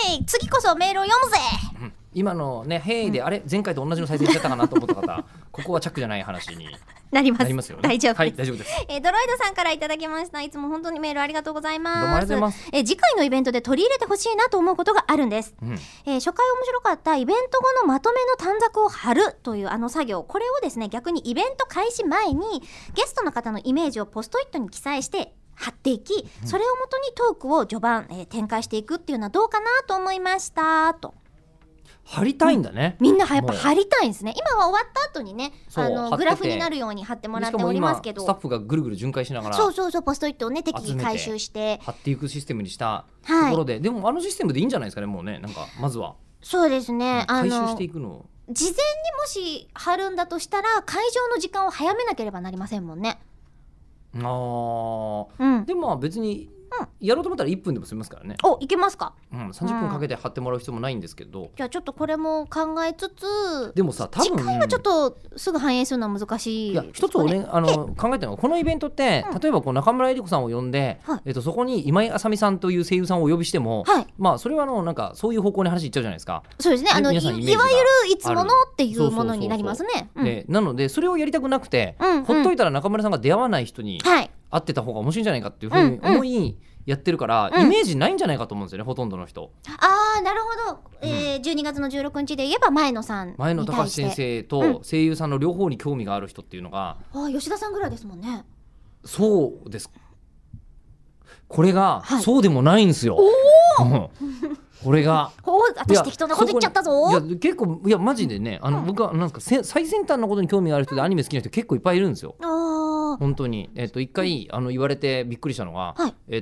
次こそメールを読むぜ。 今のね、へいで、あれ前回と同じの再生しちゃったかなと思った方、ここはチャックじゃない話になります。 なりますよね。 大丈夫です。 はい、大丈夫です。 ドロイドさんからいただきました。いつも本当にメールありがとうございます。 どうもありがとうございます。 次回のイベントで取り入れてほしいなと思うことがあるんです。初回面白かったイベント後のまとめの短冊を貼るという作業、これをですね、逆にイベント開始前にゲストの方のイメージをポストイットに記載して貼っていき、それをもとにトークを序盤、展開していくっていうのはどうかなと思いましたと。 貼りたいんだね、 みんなやっぱ貼りたいんですね。今は終わった後にね、 そうグラフになるように貼ってもらっておりますけど、 スタッフがぐるぐる巡回しながらそうポストイットをね適宜回収して貼っていくシステムにしたところで、でもシステムでいいんじゃないですかね。もうね、なんかまずはそうですね、 回収していくの事前にもし貼るんだとしたら会場の時間を早めなければなりませんもんね。 でも別にやろうと思ったら1分でも済みますからね。 いけますか。 30分かけて貼ってもらう必要もないんですけど、 じゃあちょっとこれも考えつつ、 でもさ、多分時間はちょっとすぐ反映するのは難しいですかね。 一つ考えてるのは、このイベントって、例えば中村江里子さんを呼んで、そこに今井あさみさんという声優さんをお呼びしても、それはなんかそういう方向に話いっちゃうじゃないですか。 そうですね、いわゆるいつものっていうものになりますね。 なのでそれをやりたくなくて、ほっといたら中村さんが出会わない人に会ってた方が面白いんじゃないかっていうふうに思いやってるから、イメージないんじゃないかと思うんですよね、ほとんどの人。 なるほど。12月の16日で言えば前野さんに対して、前野隆先生と声優さんの両方に興味がある人っていうのが、 吉田さんぐらいですもんね。 そうです。これが、そうでもないんですよ。これが私適当なこと言っちゃったぞ。 いや結構マジでね、僕はなんか最先端のことに興味がある人でアニメ好きな人結構いっぱいいるんですよ。本当に一回言われてびっくりしたのが、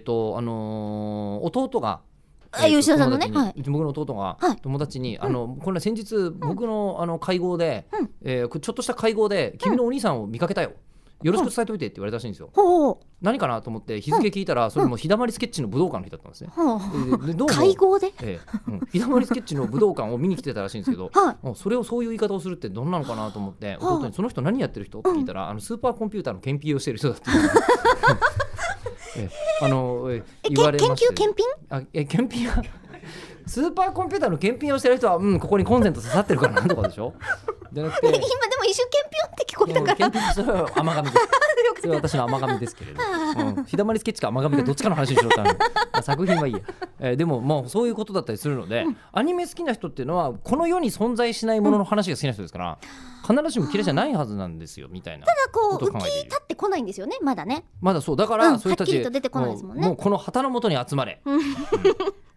弟が吉田さんのね、 僕の弟が友達にこれ先日僕の会合でちょっとした会合で君のお兄さんを見かけたよ、よろしく伝えといてって言われたらしいんですよ。何かなと思って日付聞いたら、それも日だまりスケッチの武道館の日だったんですね。 会合で日だまりスケッチの武道館を見に来てたらしいんですけど、それをそういう言い方をするってどんなのかなと思って、弟にその人何やってる人って聞いたら、スーパーコンピューターの検品をしてる人だって言われまして、検品はスーパーコンピューターの検品をしてる人は、ここにコンセント刺さってるからなんとかでしょ。じゃなくて、今でも一瞬検品って聞こえたから、 検品それは甘噛みです。それは私の甘噛みですけれど、日だまりスケッチか甘噛みかどっちかの話にしろと作品はいいや、でももうそういうことだったりするので、アニメ好きな人っていうのはこの世に存在しないものの話が好きな人ですから、必ずしも嫌いじゃないはずなんですよみたいな。 ただ浮き立ってこないんですよね、まだね。 まだそうだから、そういう人たちはっきりと出てこないですもんね。 もうこの旗の下に集まれ。